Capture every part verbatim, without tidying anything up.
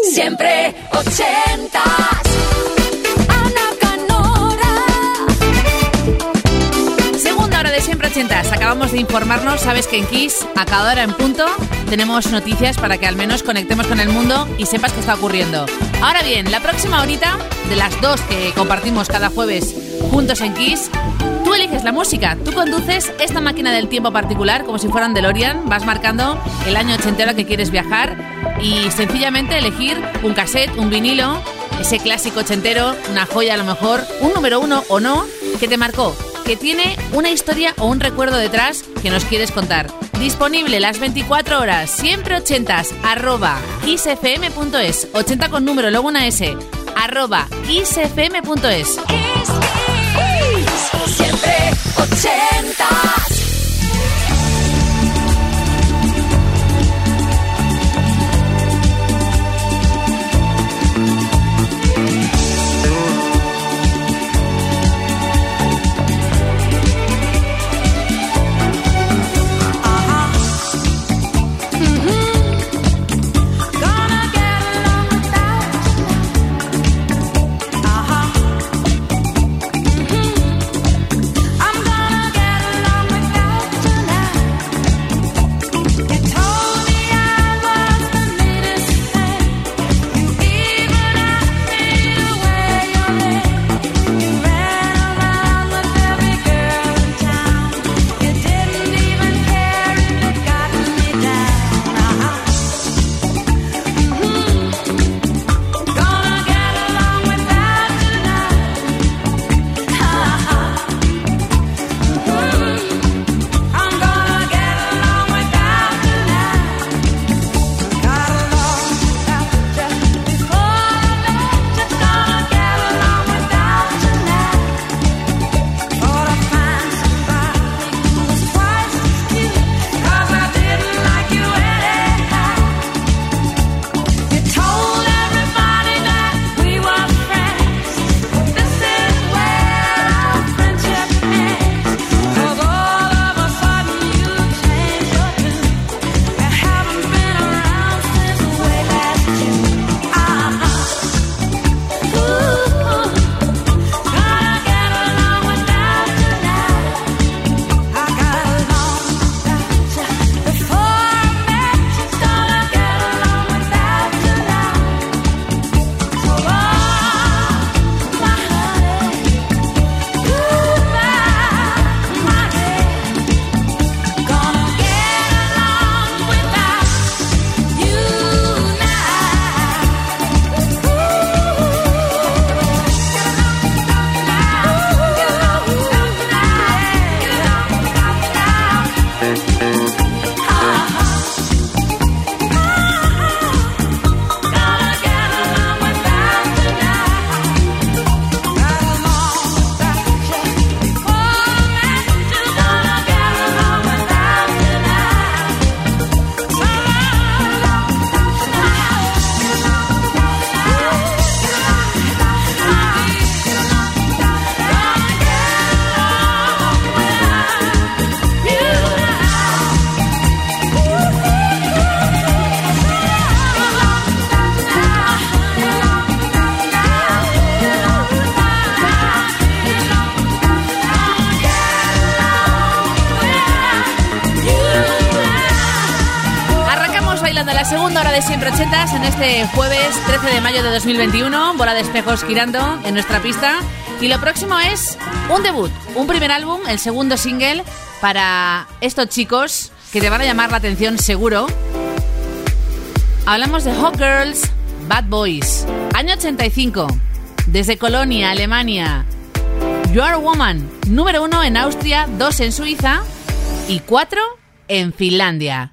Siempre ochentas. Ana Canora. Segunda hora de Siempre ochentas. Acabamos de informarnos. Sabes que en Kiss, a cada hora en punto, tenemos noticias para que al menos conectemos con el mundo y sepas qué está ocurriendo. Ahora bien, la próxima horita, de las dos que compartimos cada jueves juntos en Kiss, tú eliges la música, tú conduces esta máquina del tiempo particular como si fuera un DeLorean, vas marcando el año ochentero que quieres viajar y sencillamente elegir un cassette, un vinilo, ese clásico ochentero, una joya a lo mejor, un número uno o no, que te marcó, que tiene una historia o un recuerdo detrás que nos quieres contar. Disponible las veinticuatro horas, siempre ochentas, arroba kissfm punto es, ochenta con número, luego una S, arroba kissfm punto es. Siempre ochentas. Siempre ochentas en este jueves trece de mayo de dos mil veintiuno, bola de espejos girando en nuestra pista y lo próximo es un debut, un primer álbum, el segundo single para estos chicos que te van a llamar la atención seguro. Hablamos de Hot Girls, Bad Boys, año ochenta y cinco, desde Colonia, Alemania. You Are a Woman, número uno en Austria, dos en Suiza y cuatro en Finlandia.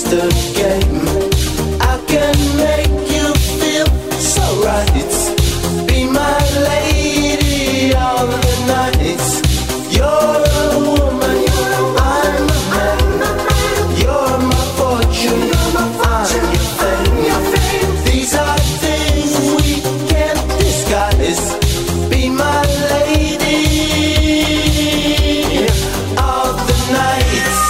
the game. I can make you feel so right. Be my lady all the nights. You're a woman, I'm a man. You're my fortune, I'm your fame. These are things we can't disguise. Be my lady all the nights.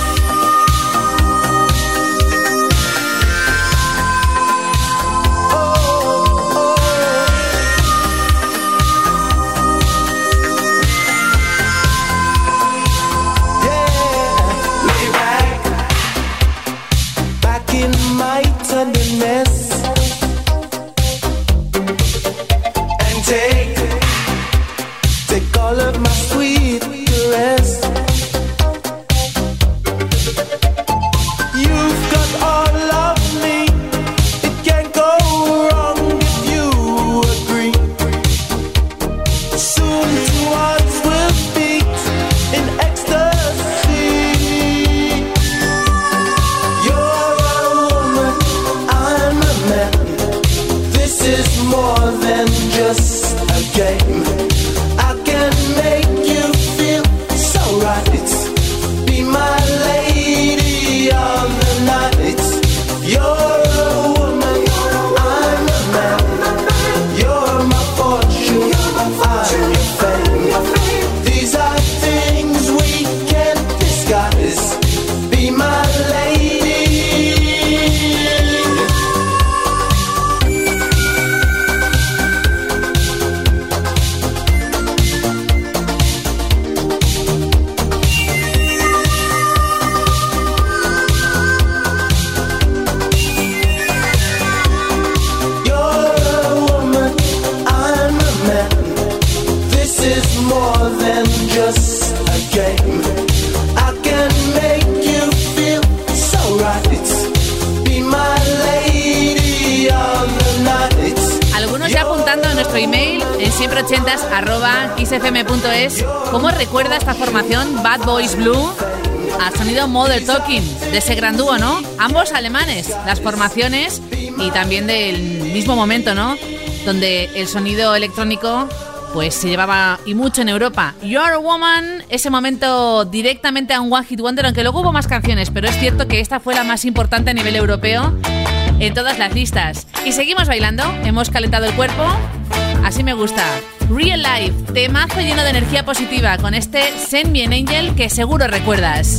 siempre ochentas arroba kiss f m punto es. ¿Cómo recuerda esta formación Bad Boys Blue al sonido Modern Talking de ese gran dúo, ¿no? Ambos alemanes, las formaciones y también del mismo momento, ¿no? Donde el sonido electrónico pues se llevaba y mucho en Europa. You're a Woman, ese momento directamente a un One Hit Wonder, aunque luego hubo más canciones, pero es cierto que esta fue la más importante a nivel europeo en todas las listas. Y seguimos bailando, hemos calentado el cuerpo, así me gusta. Real Life, temazo lleno de energía positiva con este Send Me an Angel que seguro recuerdas.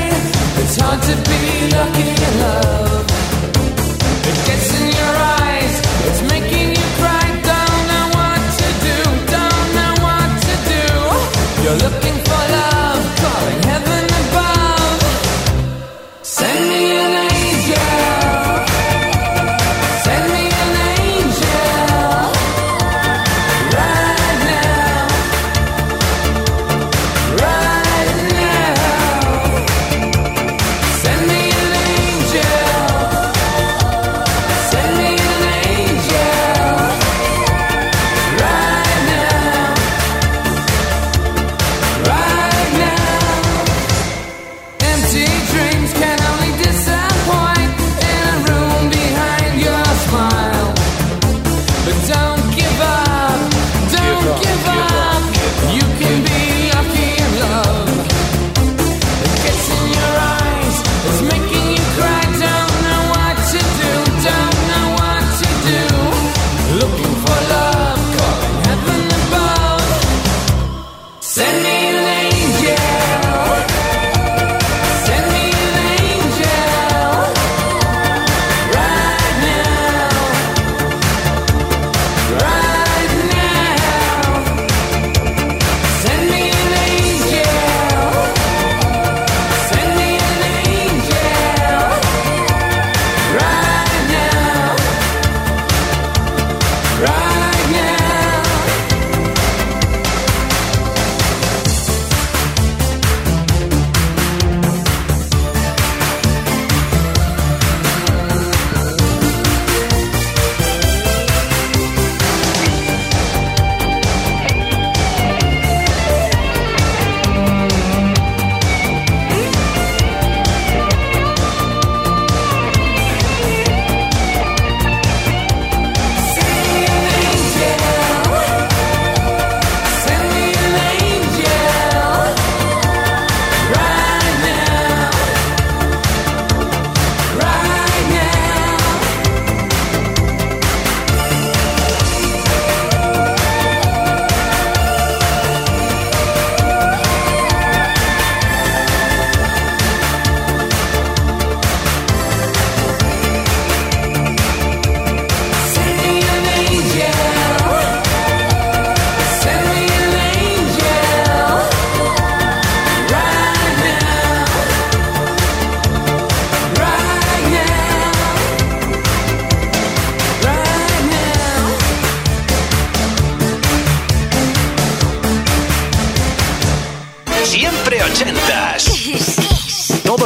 Lucky in love, it gets in your eyes.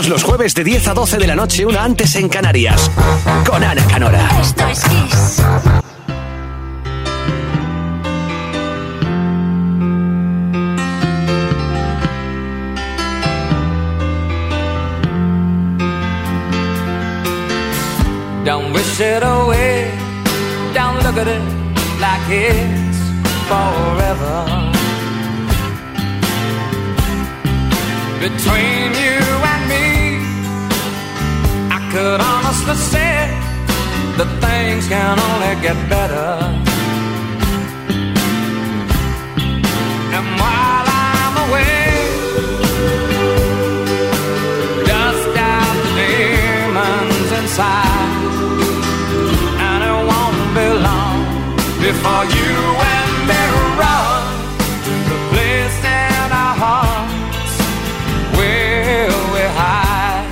Todos los jueves de diez a doce de la noche, una antes en Canarias. Con Ana Canora. Esto es Kiss. Don't wish it away. Don't look at it like it's forever. Between you and me, I could honestly say that things can only get better. And while I'm away, dust out the demons inside. Before you and me run the place in our hearts where we hide.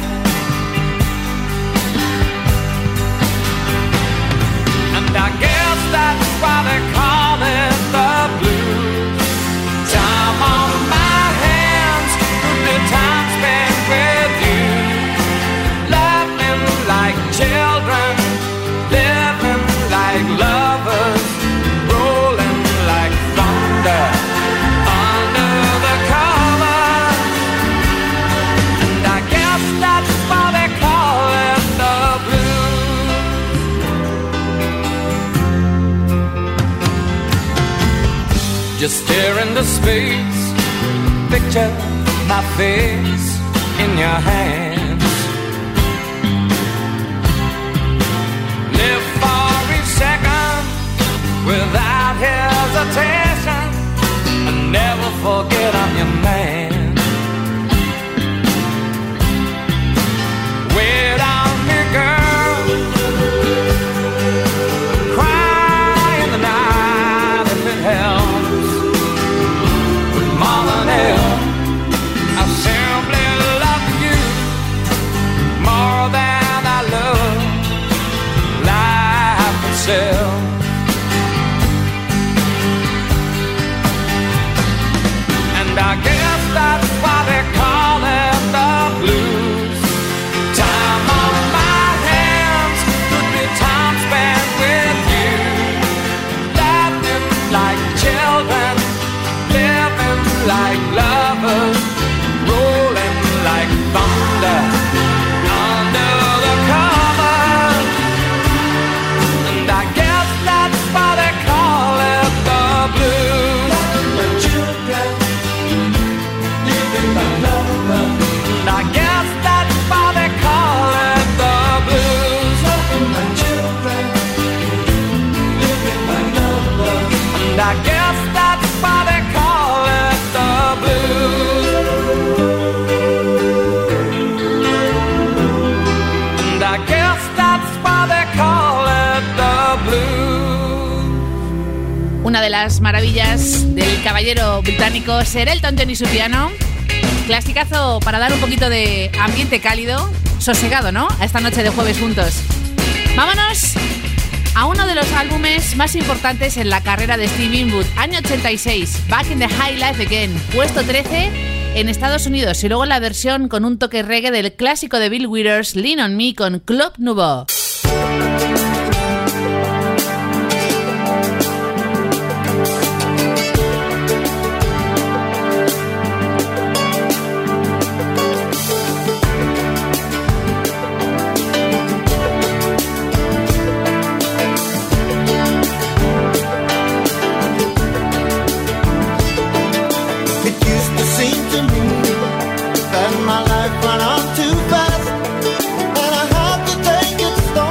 And I guess that's why they call it the blues. Time on my hands, good time spent with you, laughing like children, living like lovers. Just stare into space, picture my face in your hands. Live for each second without hesitation, and never forget I'm your man. Wait on me, girl, cry in the night if it helps. I simply love you more than I love life itself. And I guess that's why they call it the blues. Time on my hands could be time spent with you, laughing like children, living like lovers, rolling like thunder under the covers. And I guess that's why they call it the blues. My children, living like lovers. And I guess that's why they call it the blues. My children, living like lovers. And I guess that's why they call it the blues. And I guess that's why they call it the blues. Una de las maravillas del caballero británico Sir Elton John y su piano. Clasicazo para dar un poquito de ambiente cálido, sosegado, ¿no? A esta noche de jueves juntos. Vámonos a uno de los álbumes más importantes en la carrera de Steve Winwood, año ochenta y seis, Back in the High Life Again, puesto trece en Estados Unidos, y luego la versión con un toque reggae del clásico de Bill Withers, Lean on Me, con Club Nouveau. My life went on too fast, and I had to take it slow.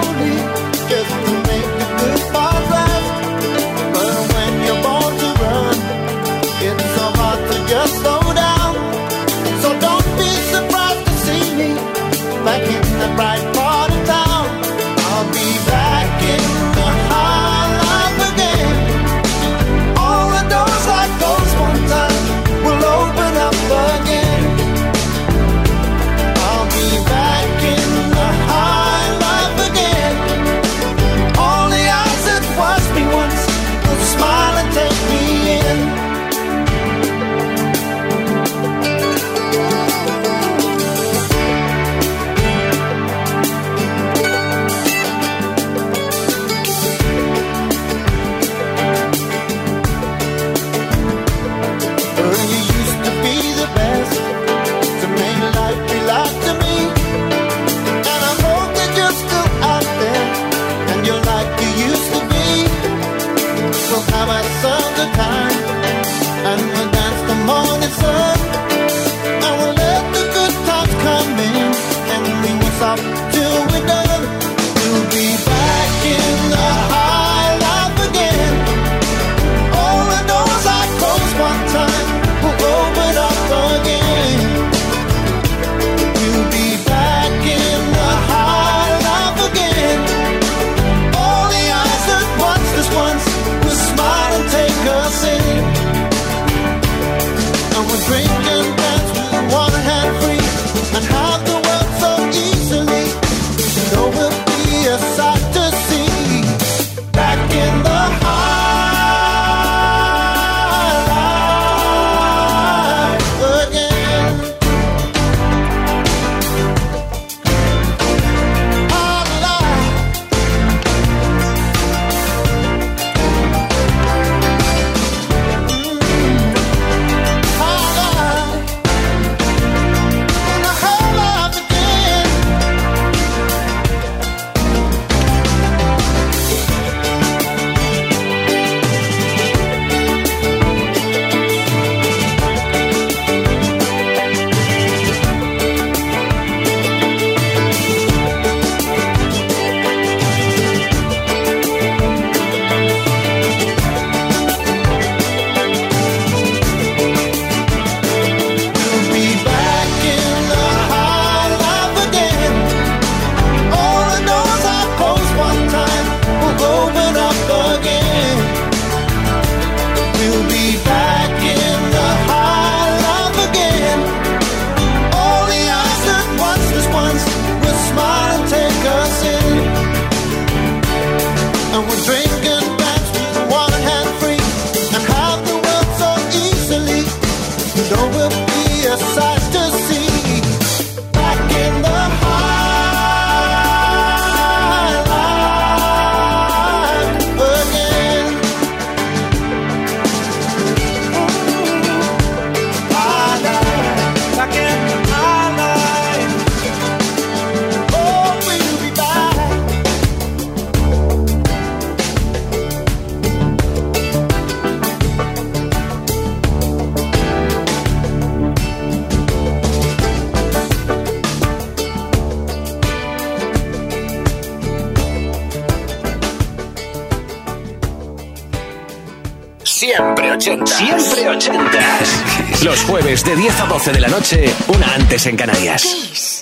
Siempre ochentas. Siempre ochentas. Los jueves de diez a doce de la noche, una antes en Canarias. Kiss.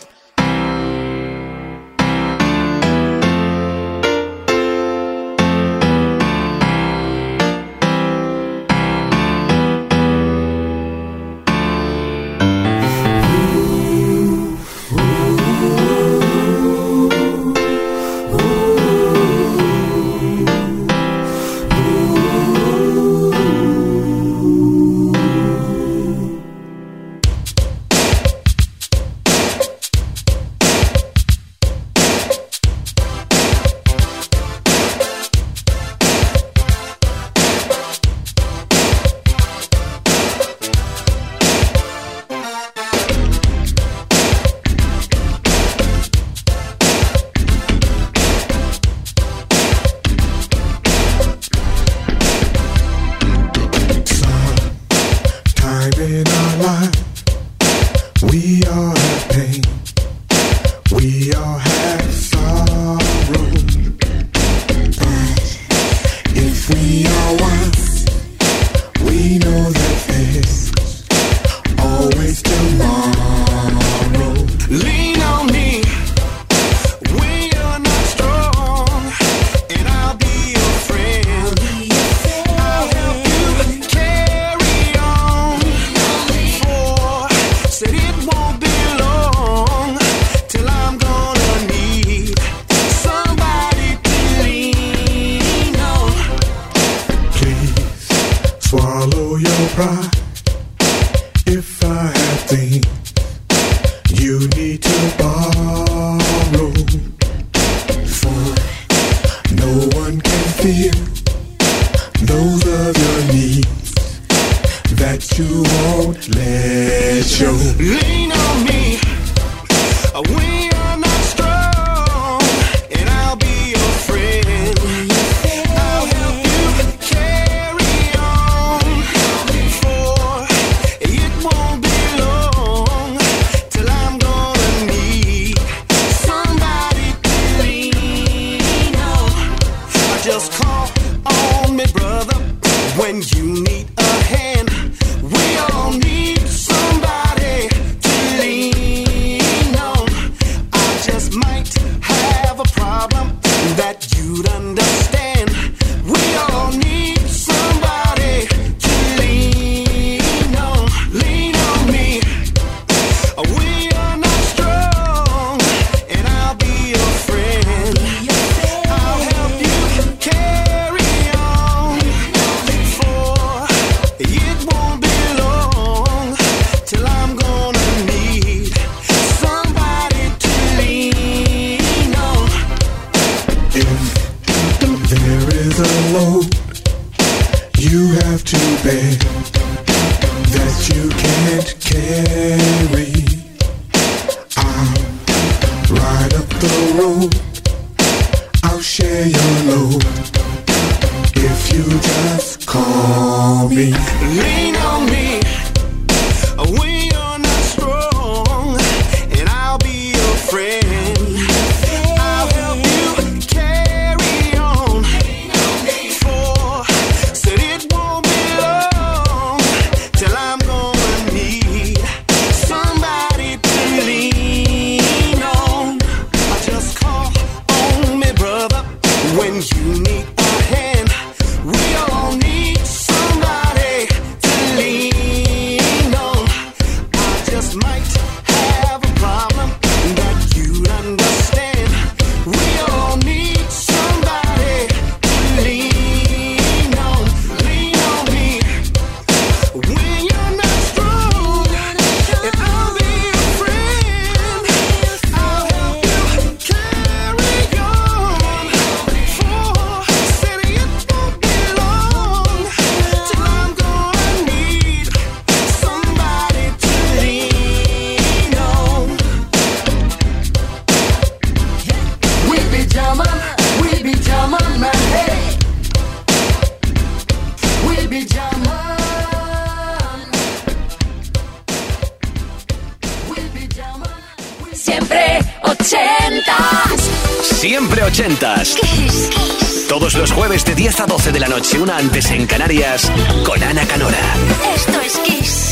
Siempre ochentas. Siempre ochentas. Kiss. Kiss. Todos los jueves de diez a doce de la noche, una antes en Canarias, con Ana Canora. Esto es Kiss.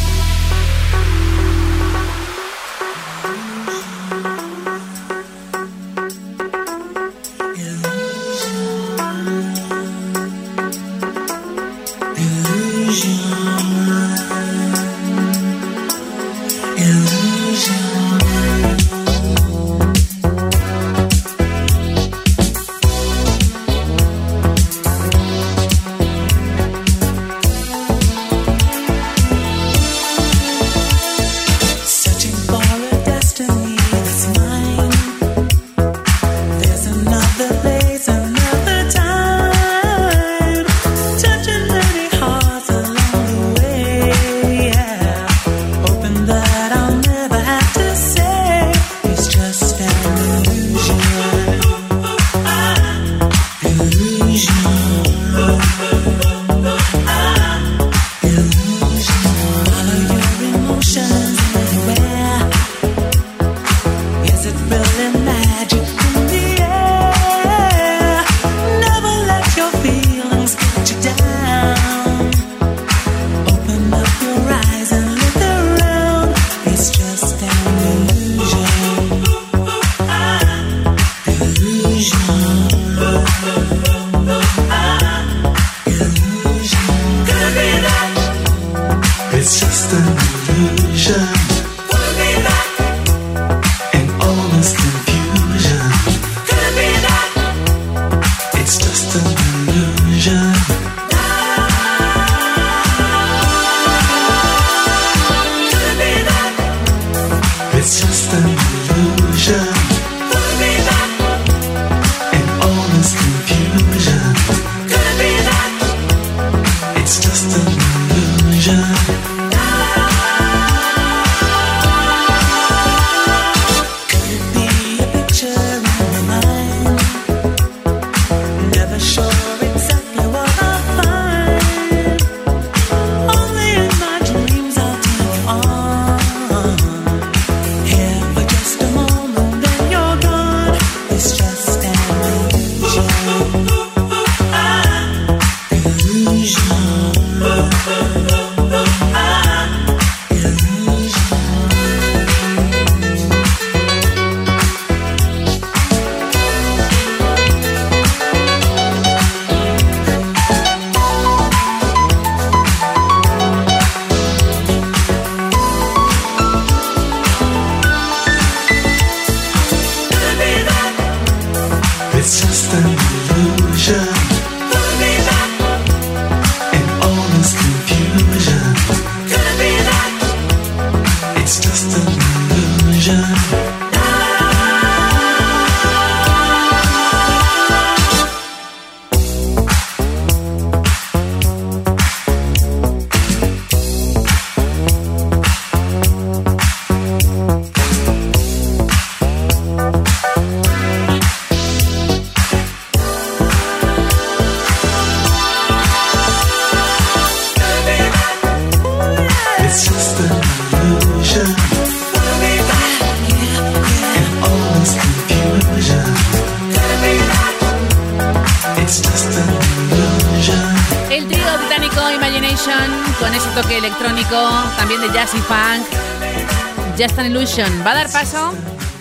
Just an Illusion va a dar paso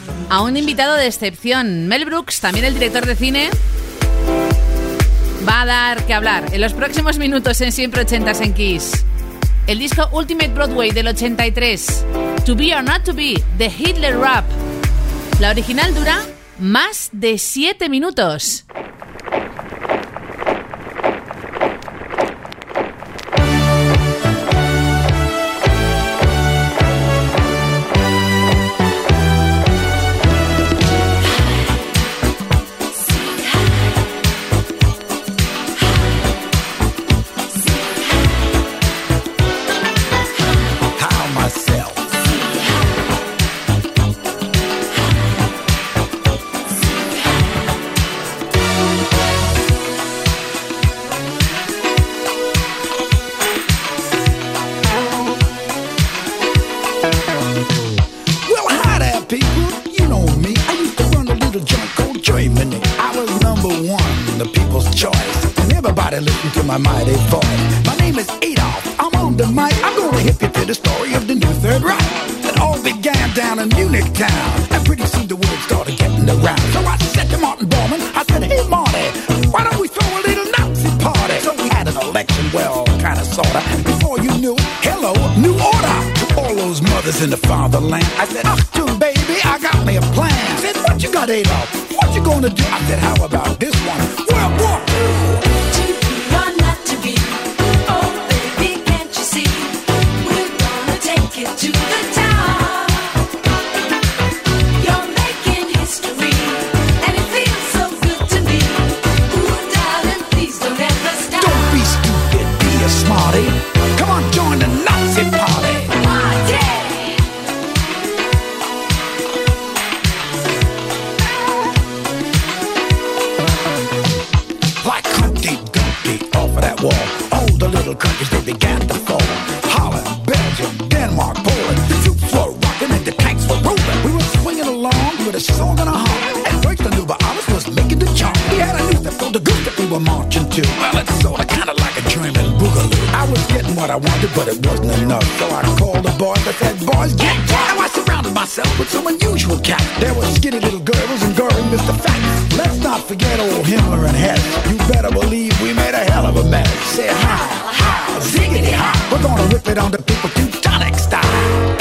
a un invitado de excepción. Mel Brooks, también el director de cine, va a dar que hablar en los próximos minutos en Siempre Ochentas en Kiss. El disco Ultimate Broadway del ochenta y tres, To Be or Not to Be, de Hitler Rap. La original dura más de siete minutos. choice. And everybody listen to my mighty voice. My name is Adolf, I'm on the mic. I'm gonna hip you to the story of the new Third Reich. It all began down in Munich town, and pretty soon the word started getting around. So I said to Martin Bormann, I said, hey Marty, why don't we throw a little Nazi party? So we had an election, well, kinda sorta. Before you knew it, hello, new order. To all those mothers in the fatherland, I said, Achtung baby, I got me a plan. I said, what you got, Adolf? What you gonna do? I said, how about this one? World War Two. To the top, you're making history, and it feels so good to me. Ooh, darling, please don't ever stop. Don't be stupid, be a smarty. Come on, join the Nazi party. Party. Like Humpty Dumpty off of that wall, all the little countries, they began to fall. Holland, Belgium, Denmark, Poland, the troops were rocking and the tanks were rolling. We were swinging along with a song and a hum, and Frank the new Bahamas was making the jump. He had a new step for the good that we were marching to. Well, it's sorta kinda like a German boogaloo. I was getting what I wanted, but it wasn't enough. So I called the boys, I said, boys, get down. Now I surrounded myself with some unusual cats. There were skinny little girls and gory Mister Fat. Let's not forget old Himmler and Hess. You better believe we made a hell of a mess. Say hi, hi, ziggity hi. We're gonna rip it on the people Teutonic style.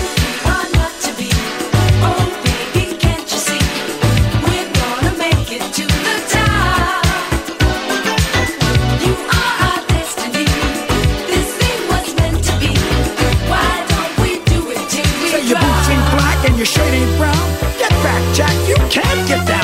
Your shirt ain't brown, get back, Jack, you can't get down.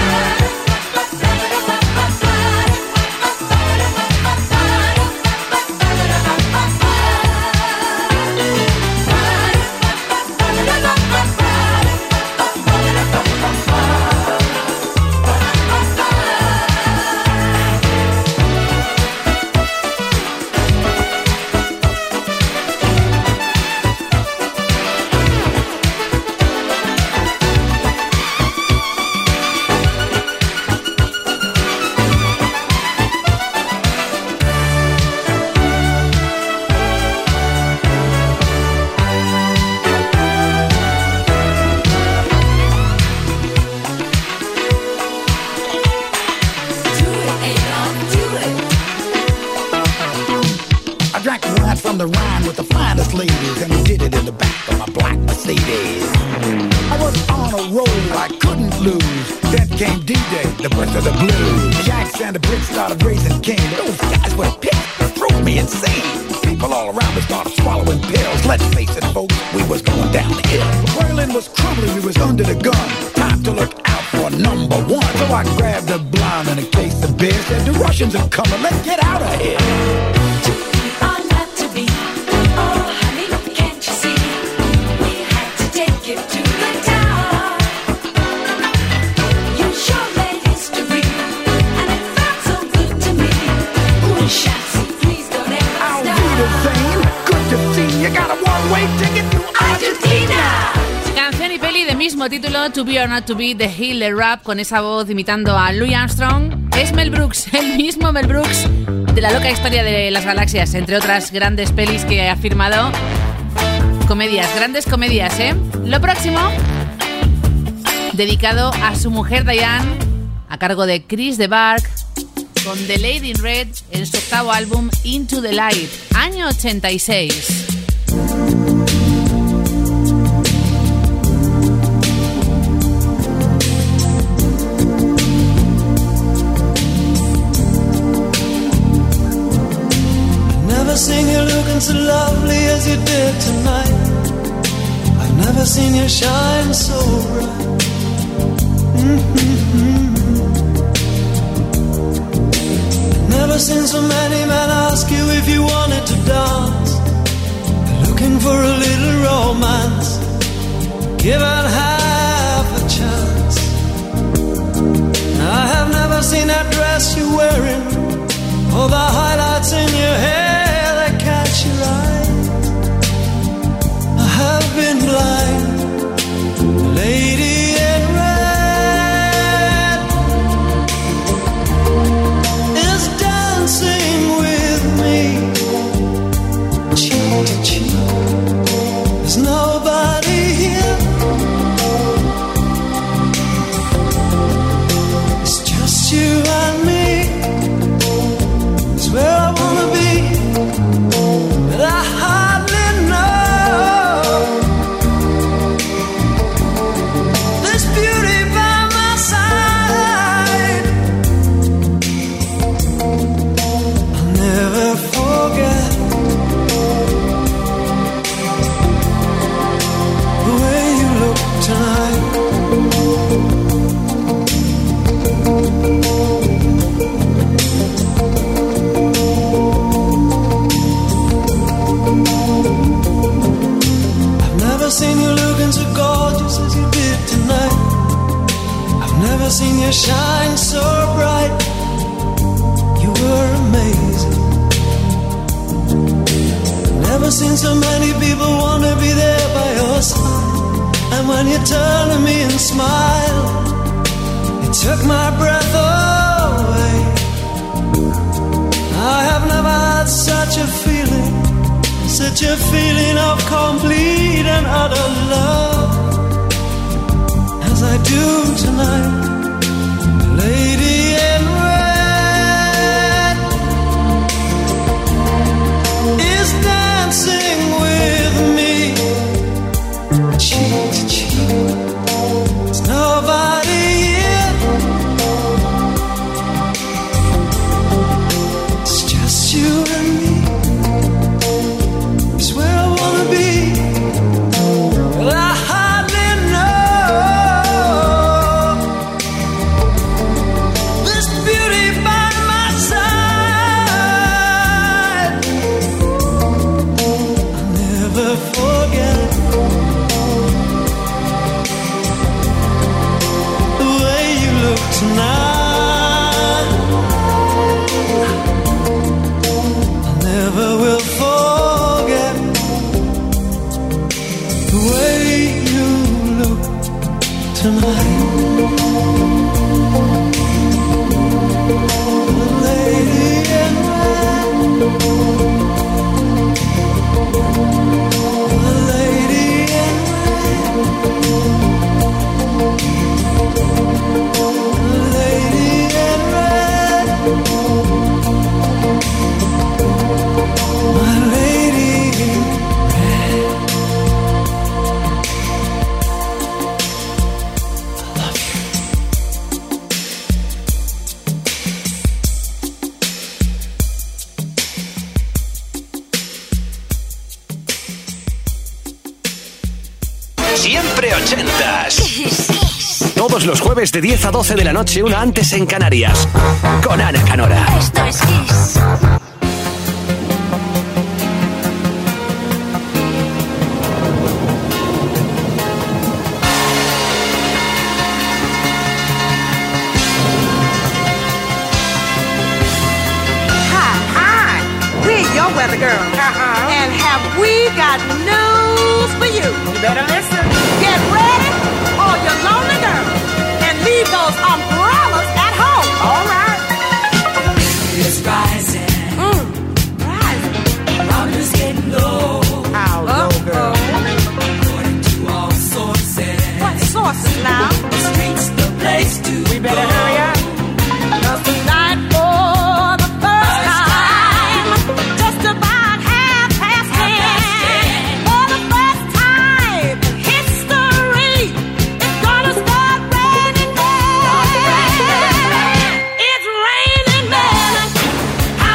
From the Rhine with the finest ladies, and we did it in the back of my black Mercedes. I was on a roll I couldn't lose. Then came D-Day, the birth of the blues. The Yanks and the Brits started raising cane. Those guys were pissed, drove me insane. People all around me started swallowing pills. Let's face it, folks, we was going downhill. Berlin was crumbling, we was under the gun. Time to look out for number one. So I grabbed a blonde and a case of beer. Said the Russians are coming, let's get out of here. Canción y peli de mismo título, To Be or Not To Be, de Hitler Rap, con esa voz imitando a Louis Armstrong. Es Mel Brooks, el mismo Mel Brooks de La Loca Historia de las Galaxias, entre otras grandes pelis que ha firmado. Comedias, grandes comedias, ¿eh? Lo próximo, dedicado a su mujer Diane, a cargo de Chris de Bark, con The Lady in Red en su octavo álbum Into the Light, año ochenta y seis. Never seen you looking so lovely as you did tonight. I've never seen you shine so bright. Mm-hmm. Never seen so many men ask you if you wanted to dance. They're looking for a little romance, given half a chance. I have never seen that dress you're wearing, or the highlights in your hair that catch your eye. I have been blind, lady in red. smile, it took my breath away. I have never had such a feeling, such a feeling of complete and utter love as I do tonight. Lady in red is dancing with me, cheek to cheek. There's nobody here, it's just you and me. It's where I wanna be. Well, I hardly know this beauty by my side. I'll never forget the way you look tonight. I never will forget the way you look tonight. The lady in red, the lady in red, the lady in red, my lady in red. I love you. Siempre ochentas. Todos los jueves de diez a doce de la noche, una antes en Canarias. Con Ana Canora. Esto es Kiss. Hi, hi. We're your weather girl. Uh-huh. And have we got news for you? You better listen. Get ready, all you lonely girls, and leave those umbrellas at home. All right. It's rising. Mm. Rising. Water's getting low. How low, girl? According to all sources. What sources now? The street's the place to We better go. hurry up. Just tonight for the first time, just about half past ten. For the first time in history, it's gonna start raining men. It's raining men.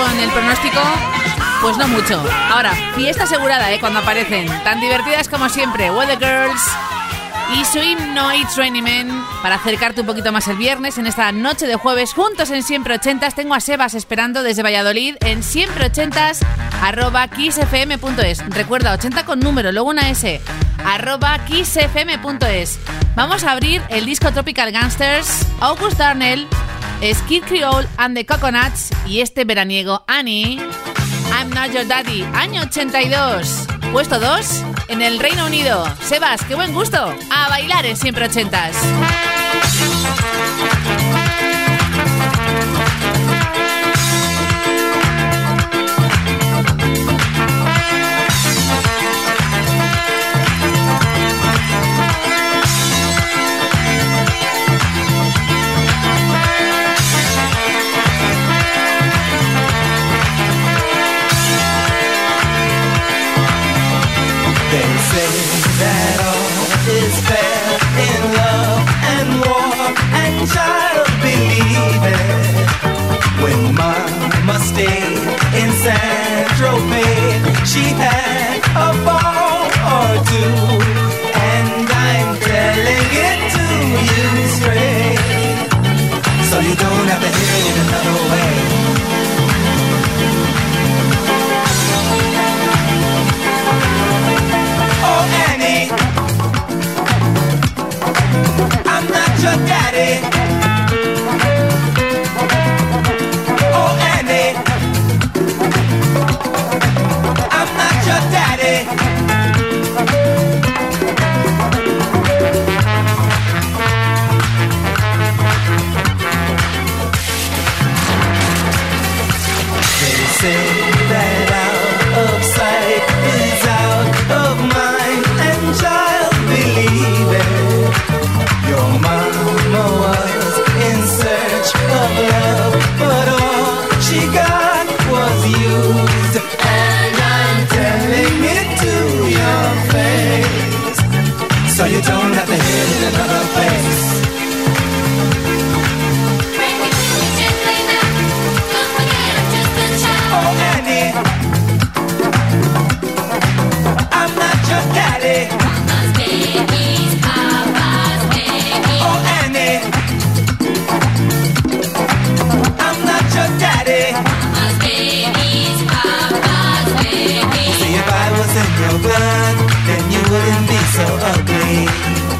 con el pronóstico, pues no mucho. Ahora, fiesta asegurada, ¿eh? Cuando aparecen. Tan divertidas como siempre, Weather Girls y su himno It's Raining Men, para acercarte un poquito más el viernes en esta noche de jueves juntos en Siempre Ochentas. Tengo a Sebas esperando desde Valladolid en siempre ochentas arroba kissfm punto es. Recuerda, ochenta con número, luego una S, arroba kissfm punto es. Vamos a abrir el disco Tropical Gangsters, August Darnell, Skid Creole and the Coconuts y este veraniego Annie, I'm Not Your Daddy, año ochenta y dos, puesto dos en el Reino Unido. Sebas, qué buen gusto. A bailar en Siempre Ochentas. That all is fair in love and war and child believing. When Mama stayed in Saint-Tropez, she had a ball or two, and I'm telling it to you straight, so you don't have to hear it another way. I'm not your daddy. Oh, Annie, I'm not your daddy. They say that out of sight is out of mind, and child believing. Your mama was in search of love, but all she got was used. And I'm telling it to your face, so you don't have to hit it another place. Break it to me gently now. Don't forget I'm just a child. Oh, Annie, I'm not your daddy. Mama's babies, Papa's babies. Oh, Annie, I'm not your daddy. Mama's babies, Papa's babies. See, if I was in your blood, then you wouldn't be so ugly.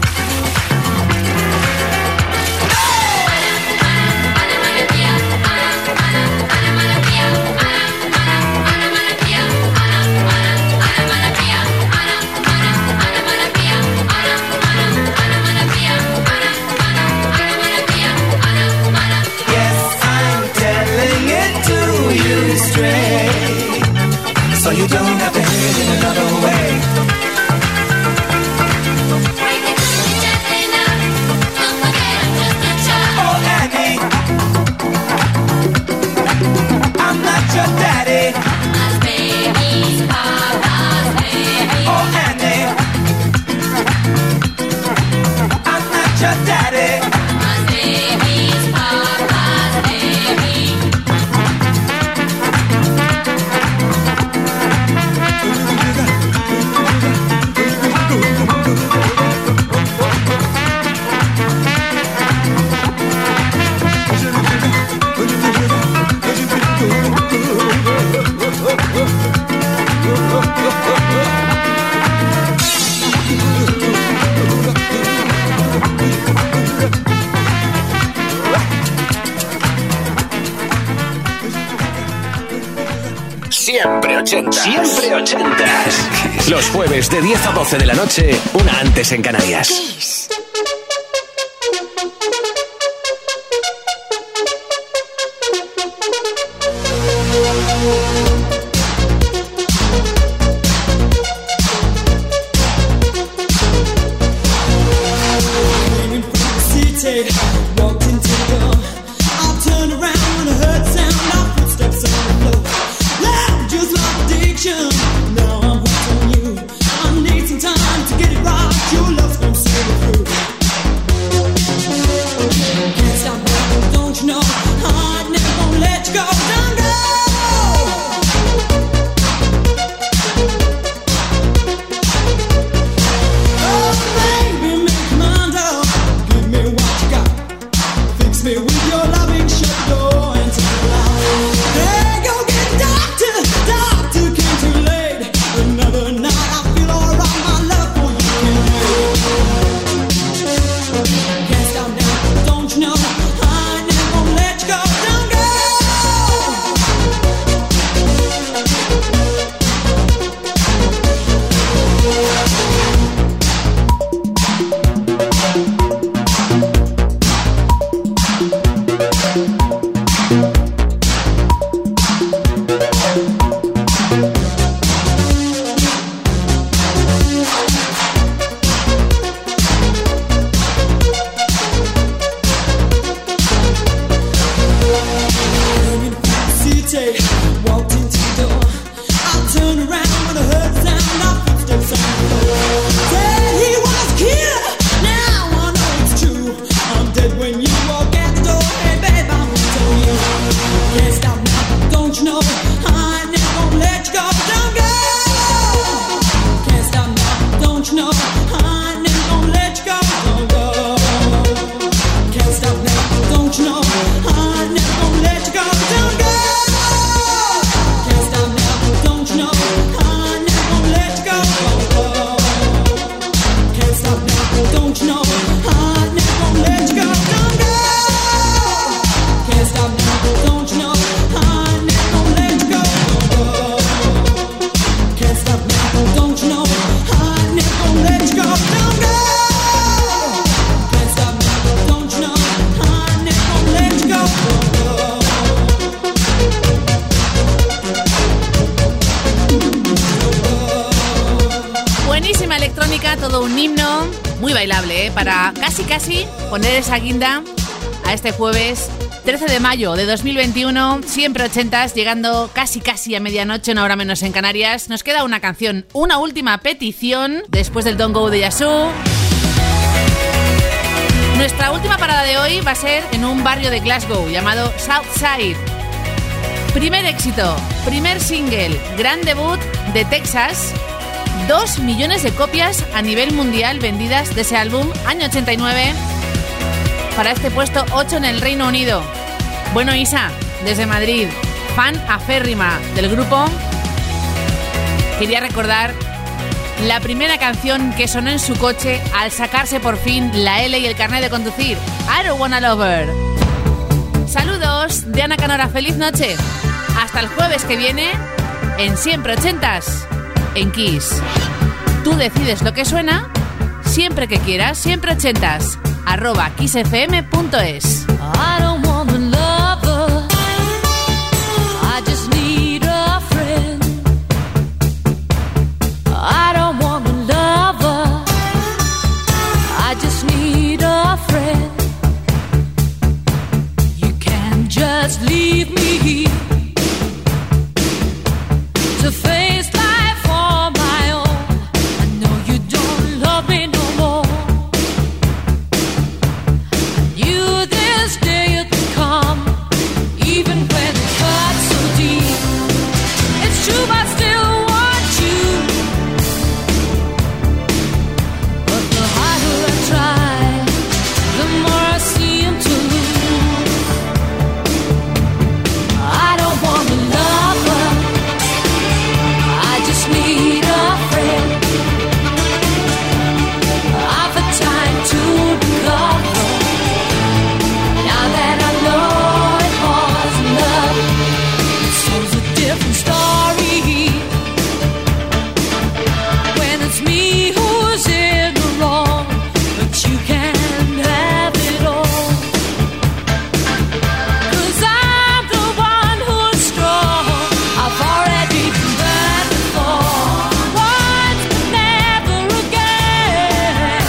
So you don't have to hit it another way. Break it to me gently now. Don't forget I'm just a child. Oh, Annie, I'm not your daddy. Mama's babies, Papa's babies. Oh, Annie, I'm not your daddy. Mama's babies, Papa's babies. Siempre ochentas. Siempre ochentas. Los jueves de diez a doce de la noche, una antes en Canarias. Walked into the door. I turned around when I heard the sound of footsteps on the floor. Loud, just like addiction. Now I'm hooked on you. I need some time to get it right. Your love's gonna see me through. Can't stop loving, don't you know? I'm never gonna let you go. Don't go. todo un himno muy bailable, ¿eh? Para casi casi poner esa guinda a este jueves trece de mayo de dos mil veintiuno, siempre ochentas, llegando casi casi a medianoche, una hora menos en Canarias. Nos queda una canción, una última petición después del Don't Go de Yazoo. Nuestra última parada de hoy va a ser en un barrio de Glasgow llamado Southside. Primer éxito, primer single, gran debut de Texas. Dos millones de copias a nivel mundial vendidas de ese álbum, año ochenta y nueve. Para este puesto ocho en el Reino Unido. Bueno, Isa, desde Madrid, fan aférrima del grupo, quería recordar la primera canción que sonó en su coche al sacarse por fin la L y el carnet de conducir, I Don't Wanna Love Her. Saludos de Ana Canora, feliz noche. Hasta el jueves que viene en Siempre Ochentas, en Kiss. Tú decides lo que suena, siempre que quieras, siempre ochentas, arroba kissfm punto es. I don't want a lover, I just need a friend. I don't want a lover, I just need a friend. You can just leave me to face life on my own. I know you don't love me no more. I knew this day would come, even when it hurts so deep. It's true, I still want you, but the harder I try, the more I seem to lose. I don't want a lover, I just need a friend. I've had time to recover. Now that I know it was love, it's a different story. When it's me who's in the wrong, but you can have it all. 'Cause I'm the one who's strong. I've already been bad before, once but never again.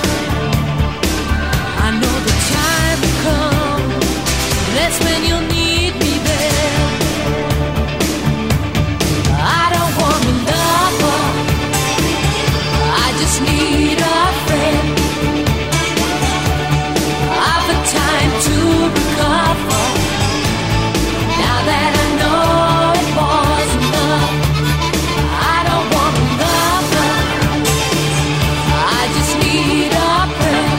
I know the time will come, that's when you'll need me there. I don't want a lover, I just need a friend. I've had time to recover. Now that I know it wasn't love, I don't want a lover, I just need a friend.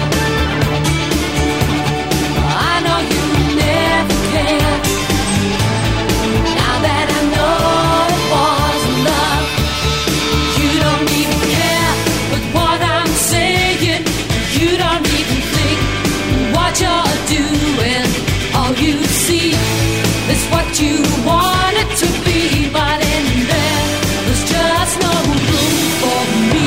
I know you never can. Now that I know it wasn't love, you don't even care with what I'm saying. You don't even think what you're doing. All you see is what you want it to be, but in there, there's just no room for me.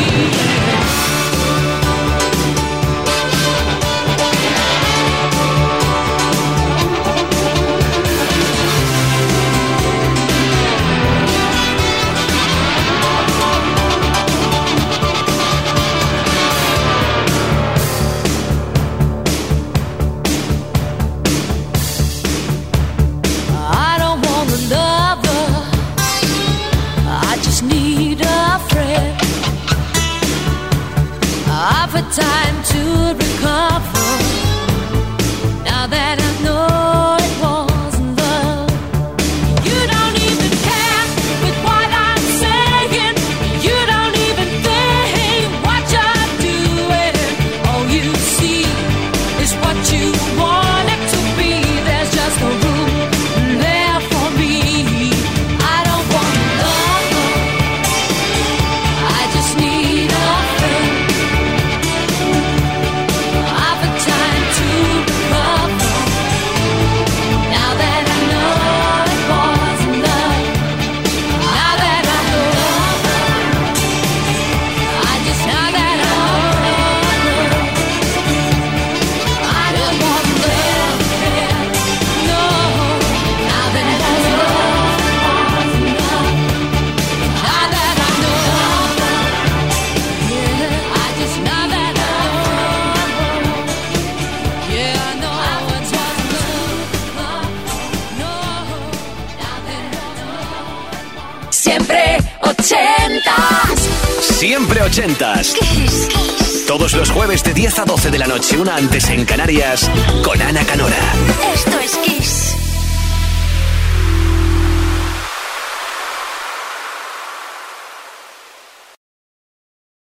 I don't want a lover, I just need a friend. I've had time to recover. Now that I know it wasn't love, you don't even care with what I'm saying. You don't even think what you're doing. All you see is what you want it to be. There's just no room there for me. I don't want a lover, I just need a friend. ochentas. Siempre ochentas. Kiss, Kiss. Todos los jueves de diez a doce de la noche, una antes en Canarias, con Ana Canora.